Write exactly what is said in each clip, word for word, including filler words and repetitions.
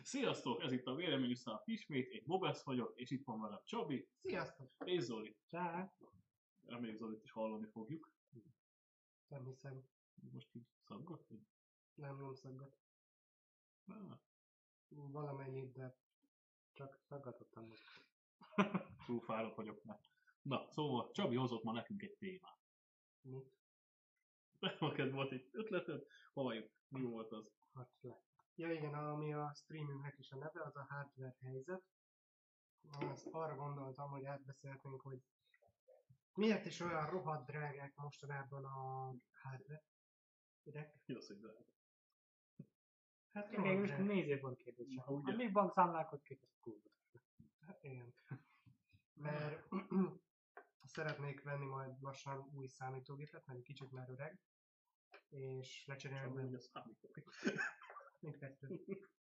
Sziasztok, ez itt a Véleményűszállat ismét, én Bobesz vagyok, és itt van velem Csabi. Sziasztok! És Zoli. Csá! Reméljük Zolit is hallani fogjuk. Nem hiszem. Most így szaggat? Nem, nem szaggat. Ah. Valamennyit, de csak szaggatottam most. Túl fáradt vagyok már. Na, szóval Csabi hozott ma nekünk egy témát. Mit? Neked volt egy ötleted? Halljuk, mi volt az? Hát le. Ja igen, ami a streamünknek is a neve, az a hardware helyzet. Azt arra gondoltam, hogy átbeszélhetnénk, hogy miért is olyan rohadt drágák mostanában a hardware. Ide? Mi az, hogy drága? Hát Igen, most nézőpont kérdése. Ugye? A mi bankszámlákot képest kurva. Hát igen. Mert szeretnék venni majd lassan új számítógépet, mert egy kicsit már öreg. És lecserélni Csabi, benne hogy a számítógép. mindkettőt.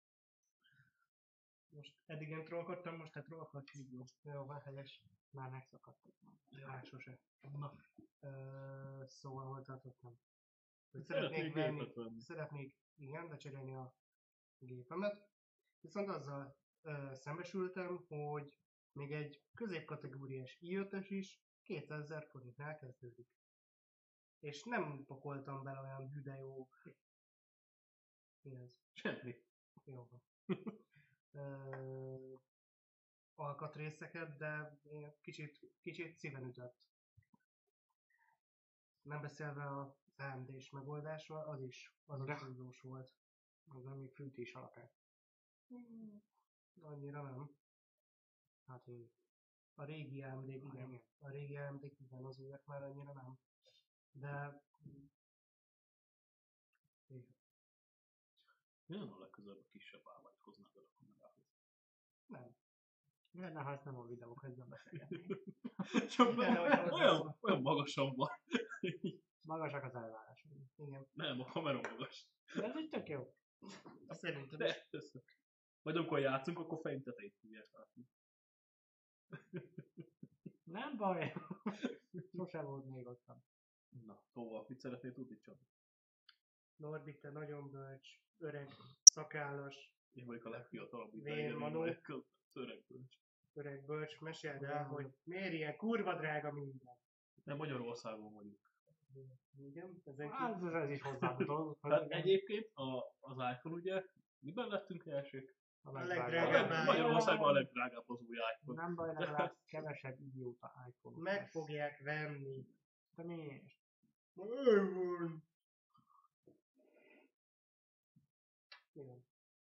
Most eddig én trollkodtam, most hát trollkodsz így. Jó, van helyes. Már megszakadtak. Hát sose. Na. Ö, szóval hol tartottam? Hogy Szeretnék szeretnék venni, gépet venni. szeretnék, igen, lecserélni a gépemet. Viszont azzal ö, szembesültem, hogy még egy középkategóriás i ötös is kétezer forintnál kezdődik. És nem pakoltam bele olyan hű de jó... Mi ez? Semmi. Jó van. Ö, alkatrészeket, de én kicsit, kicsit szíven ütött. Nem beszélve az á em dés megoldásról, az is, az is húzós volt. Az nem még fűtés alapján. Hmm. Annyira nem. Hát én... A régi á em dék, igen. igen. A régi á em dék, igen, az újak már annyira nem. De... Igen. Mi lenne a legközelebb a kisebb állványt hoznád el a kamerához? Nem. Mi lenne, ha ezt nem a videó közben beszélgetnénk? Csak Lenne, hogy olyan, olyan magasan van. Magasak az elvárások. Igen. Nem, a kamera magas. De ez így tök jó. Szerintem is. De, össze. Vagy amikor játszunk, akkor fejünk tetejét fogják látni. Nem baj. Sose volt még ottan. Na, szóval, mit szeretnél tudni, Csabi? Norbi, te nagyon bölcs, öreg, szakállas, Én vagyok a legfiatalabb Vén Manó. az öreg bölcs. öreg bölcs, meséld el, hogy miért ilyen kurva drága minden. Nem, Magyarországon vagyunk. Igen, ezen Hát kívül. ez, ez is hozzáadott. Hát egyébként a, az iPhone ugye, miben lettünk elsők? A legdrágább A iPhone. Magyarországon a legdrágább az új iPhone. Nem baj, legalább kevesebb idióta iPhone. Meg fogják venni. De miért? iPhone. Igen.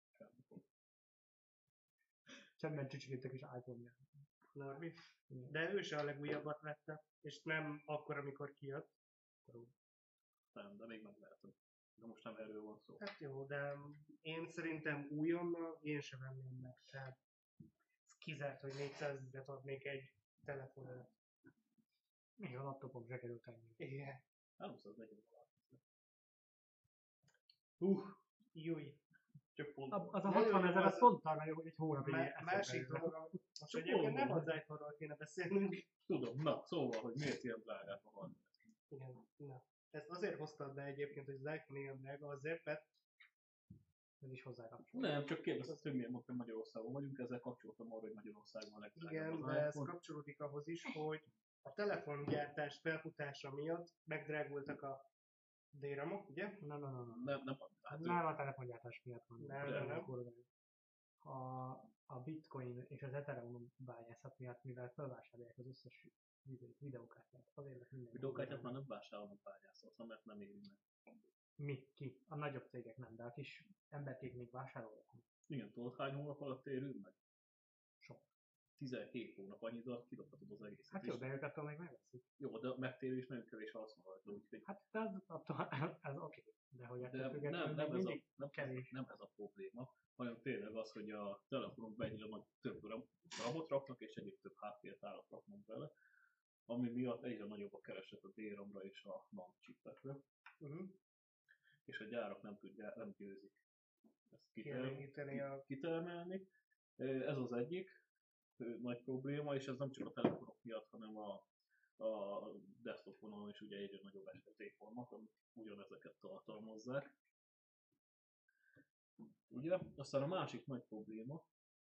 Semmen csücsülítek is iPhone-ját. Norbi. De ő se a legújabbat vette, és nem akkor, amikor kijött. Nem, de még meglehetem. De most nem erről van szó. Hát jó, de én szerintem újonnal én sem venném meg. Tehát ez kizárt, hogy négyszázezret adnék egy telefonra. Még a laptopom se került ennyi. Igen. háromszáznegyven dollár. Uh, júj. Csak pont. A- Az a Nagyon hatvan ezer, jó, az az- pont arra jó, hogy egy hónapig Má- eszembe másik jutna. dolog, most Csak egyébként nem mondom. az iPhone-ról kéne beszélnünk. Tudom, na, szóval, hogy miért ilyen drágák a van. Igen, na. Ezt azért hoztad be egyébként, hogy az iPhone ilyen drága, azért, mert Ez is hozzákapcsolódik. Nem, csak kérdeztem, hogy miért mondtam, Magyarországon vagyunk, ezzel kapcsoltam arra, hogy Magyarországon a legdrágább igen, az de ez iPhone. kapcsolódik ahhoz is, hogy a telefongyártás felfutása miatt megdrágultak a dé-ramok, ugye? Nem, nem, nem, nem. Nem, nem, hát Nem a telefongyártás miatt van. Nem, nem, nem. Kurva jó. A, a bitcoin és az ethereum bányászat miatt, mivel felvásárolják az összes videó- videókártyát, azért lett minden. videókártyát már nem vásárolnak bányászatra, mert nem éri meg. Mi? Ki? A nagyobb cégek nem, de a kis emberkék még vásárolják. Igen, tudod hány hónap alatt érünk meg? Sok. tizenhét hónap, annyit alatt kidobhatod az egészet. Hát is. jó, de ők attól még megveszik. Jó, de a megtérülés nagyon kevés haszon rajta, úgyhogy Hát ez, attól, ez oké, de hogy de ettől nem, függetlenül nem, még ez a, mindig nem, kevés. nem ez a probléma, hanem tényleg az, hogy a telefonokban egyre nagy több ram- ramot raknak, és egyéb több háttértárat raknak bele, ami miatt egyre nagyobb a kereset a dé-ramra és a NAND chipekre, Uh-huh. és a gyárak nem tudják, nem győzik ezt Kielégíteni a... kitermelni. Ez az egyik ö, nagy probléma, és ez nem csak a telefonok miatt, hanem a, a desktopon is ugye egyre nagyobb es es dé format, amik ugyanezeket tartalmazzák. Ugye? Aztán a másik nagy probléma,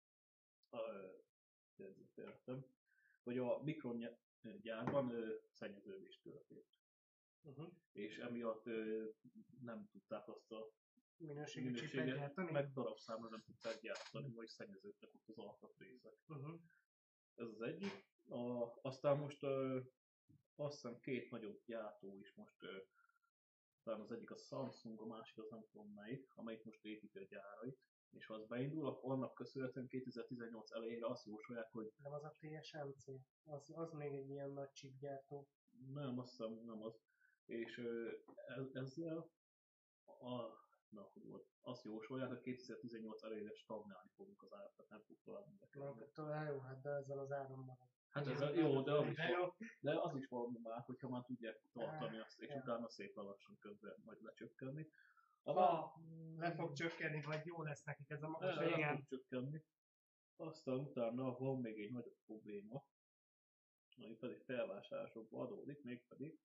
értem, hogy a Micron gy- gyárban ö, szennyeződés történt. Uh-huh. És emiatt ö, nem tudták azt a Minőségi csipet minőséget, gyártani? meg darabszámra nem tudták gyártani, vagy szennyeződtek ott az alkatrészek. Uh-huh. Ez az egyik. A, aztán most ö, azt hiszem két nagyobb gyártó is most, ö, talán az egyik a Samsung, a másik az nem tudom melyik, amelyik most építi a gyárait. És ha az beindul, akkor annak köszönhetően kétezer-tizennyolc elejére azt jósolják, hogy Nem az a té es em cé? Az, az még egy ilyen nagy chipgyártó. nem, azt hiszem nem az. És ö, ez, ezzel a, na, hogy volt, azt jósolják, hogy kétezer-tizennyolc elejére stagnálni fogunk az árat, tehát nem fog tovább növekedni. Na, talán jó, hát de ezzel az áron marad. Hát ez a, jó, de az, is, De jó. de az is valami már, hogyha már tudják tartani azt, és Ja. utána szépen lassan közben majd lecsökkenni. A Ha le fog csökkenni, vagy jó lesz nekik ez a magas, le, le igen. fog csökkenni. Aztán utána van még egy nagyobb probléma, ami pedig felvásárlásokból adódik, mégpedig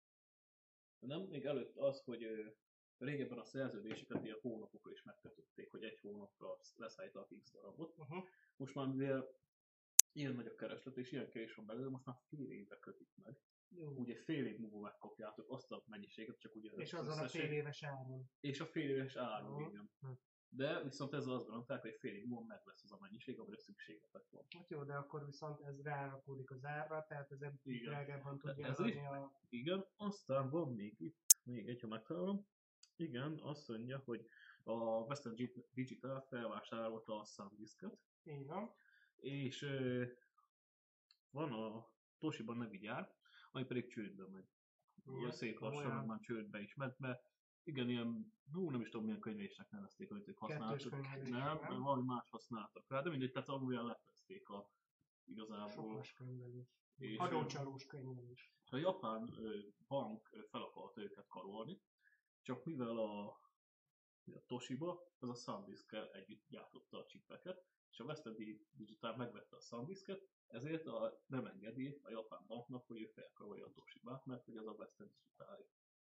nem, még előtt az, hogy ö, régebben a szerződéseket ilyen hónapokra is megkötötték, hogy egy hónapra leszállítanak X darabot. Uh-huh. Most már mivel ilyen nagy a kereslet, és ilyen kevés van belőle, most már fél évre kötik meg. Jó. Ugye fél év múlva megkapjátok azt a mennyiséget, csak ugye És azon a fél éves áron. És a fél éves áron, Aha. igen. Hm. De viszont ezzel azt garantálják, hogy fél év múlva meg lesz az a mennyiség, amire szükségetek van. Hát jó, de akkor viszont ez rárakódik az árra, tehát ez egy Igen. drágábban tudja Ez adni a... Igen, aztán van még itt, még egy, ha megtalálom. Igen, azt mondja, hogy a Western Digital felvásárolta a SanDisk-et, Így van. és ö, van a Toshiba nevű gyár, ami pedig csődbe megy. Igen, Szép lassan, olyan. meg már csődbe is ment, mert igen, ilyen, hú, nem is tudom milyen könyvésnek nevezték, amit ők használtak. könyvelés, Nem, nem? nem, valami más használtak rá, de mindegy, tehát amolyan leplezték a igazából. Sokas könyvelés. És, Adócsalós könyvelés. a japán ö, bank ö, fel akarta őket karolni, csak mivel a, a Toshiba, az a SanDisk-kel együtt gyártotta a chipeket, és a Western Digital megvette a SanDisk-et, ezért a, nem engedi a japán banknak, hogy ő felkarolja a Toshibát, mert hogy az a Western Digital.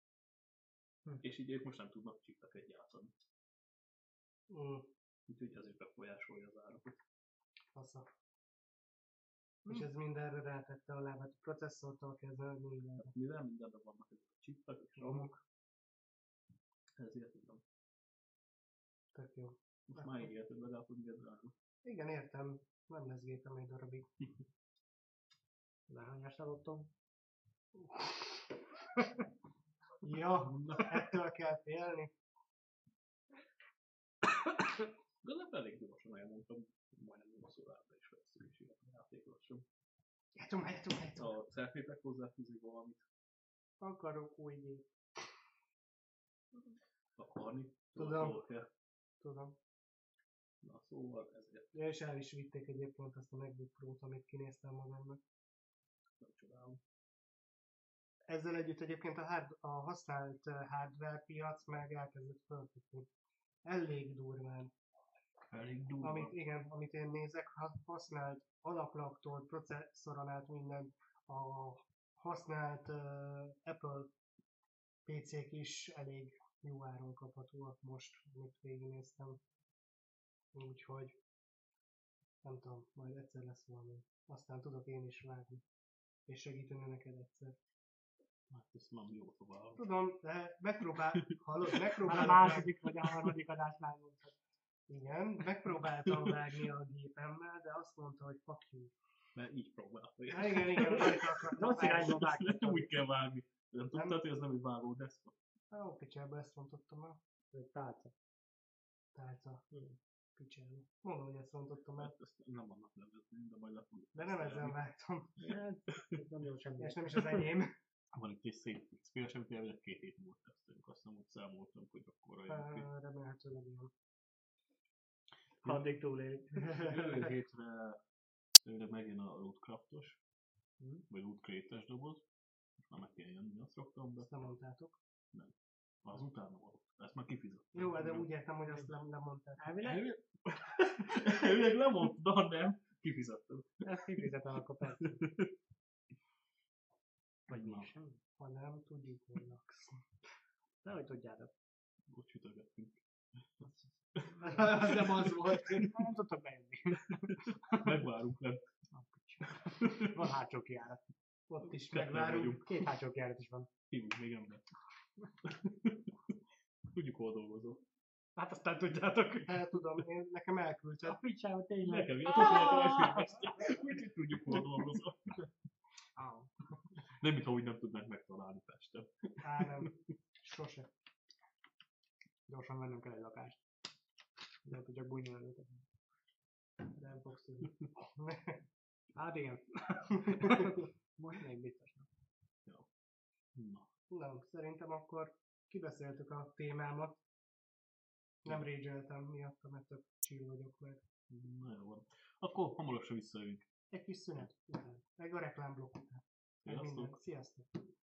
Hm. És így ők most nem tudnak chipeket gyártani. Mm. Úgyhogy ez is befolyásolja az árakat. Fasza. Hm. És ez mindenre rátette a lábát, a processzortól kezdve mindenre. Mivel mindenben vannak ezek a chipek és ramok, ezért tudom. Tök jó. Most már ígérted legalább, hogy milyen drága. Igen, értem. Nem lesz gépem egy darabig. Lehányást adottam. Ja, ettől kell félni. De nem elég gyorsan elmondtam, majdnem nyolc órában is veszünk is ilyen játékosan. Játunk, játunk, játunk. Szóval szeretnétek hozzáfűzni valamit? Akarok új gép. Akarni? Tudom. Hol kell? Tudom. Na szóval ezért Ja, és el is vitték egyébként azt a MacBook Pro-t, amit kinéztem magamnak. nem csodálom. Ezzel együtt egyébként a, hard, a használt uh, hardware piac meg elkezdett fölfutni. Elég durván. Elég durva. Amit, igen, amit én nézek, ha- használt alaplaktól, processzoron át minden, a használt uh, Apple pé cék is elég jó áron kaphatóak most, amit végignéztem. Úgyhogy nem tudom, majd egyszer lesz valami. Aztán tudok én is vágni. És segíteni neked egyszer. Hát ezt nem jó tovább. Tudom, de megpróbál, hallod, Már a megpróbálom második vagy a harmadik adásnál mondtad. Igen, megpróbáltam vágni a gépemmel, de azt mondta, hogy fuck you. Mert így próbáltam. Ja, igen, igen, rajta akartam Rossz irányba vágni. vágtad. Úgy kell vágni. Nem tudtad, hogy ez nem egy vágó deszka? Ó, picsába ezt rontottam el. Egy tálca. Tálca. Hmm. Picsába. Mondom, hogy ezt rontottam el. Hát ezt nem annak nevezni, de majd le fogjuk. De nem ezzel vágtam. Hát, ez nem jó semmi. És nem is az enyém. Van itt egy szép experience, amit elvileg két hét múlva tesztelünk. Azt nem úgy számoltam, hogy akkor olyan ki. Á, Remélhetőleg ilyen. Addig túlélik. Jövő hétre elvileg megjön a Lootcraftos, Hm? vagy Lootcrate-es doboz. Most már meg kell jönni, azt raktam be. Ezt nem mondtátok. Az utána való. Ezt már kifizettem. Jó, de úgy értem, hogy azt nem, nem mondtátok. Elvileg? Elvileg- Elvileg lemondtam, nem. Kifizettem. Ezt kifizetem akkor persze. Vagy Na. mégsem. Ha nem, tudjuk, hogy laksz. Nehogy tudjátok. Ott sütögettünk. Az nem az volt. Nem tudtak bejönni. Megvárunk, nem? Van hátsó kijárat. Ott is Ketten megvárunk. vagyunk. Két hátsó kijárat is van. Hívunk még ember. Tudjuk, hol dolgozol. Hát aztán tudjátok. El tudom, én, nekem elküldted. A picsába tényleg. Nekem jött, hogy elférkeztem. Úgyhogy tudjuk, hol dolgozol. Á, Nem, mintha úgy nem tudnánk megtalálni Pesten. Á, nem. Sose. Gyorsan vennünk kell egy lakást. Lehet, hogy csak bújni előtt. Nem fogsz tudni. Hát igen. Most még biztos nem. Na, Na, szerintem akkor kibeszéltük a témámat. Nem rage-eltem miatt, mert tök chill vagyok meg. na jó van. Akkor hamarosan visszajövünk. Egy kis szünet után. Meg a reklámblokk után. Meg Sziasztok! minden. Sziasztok!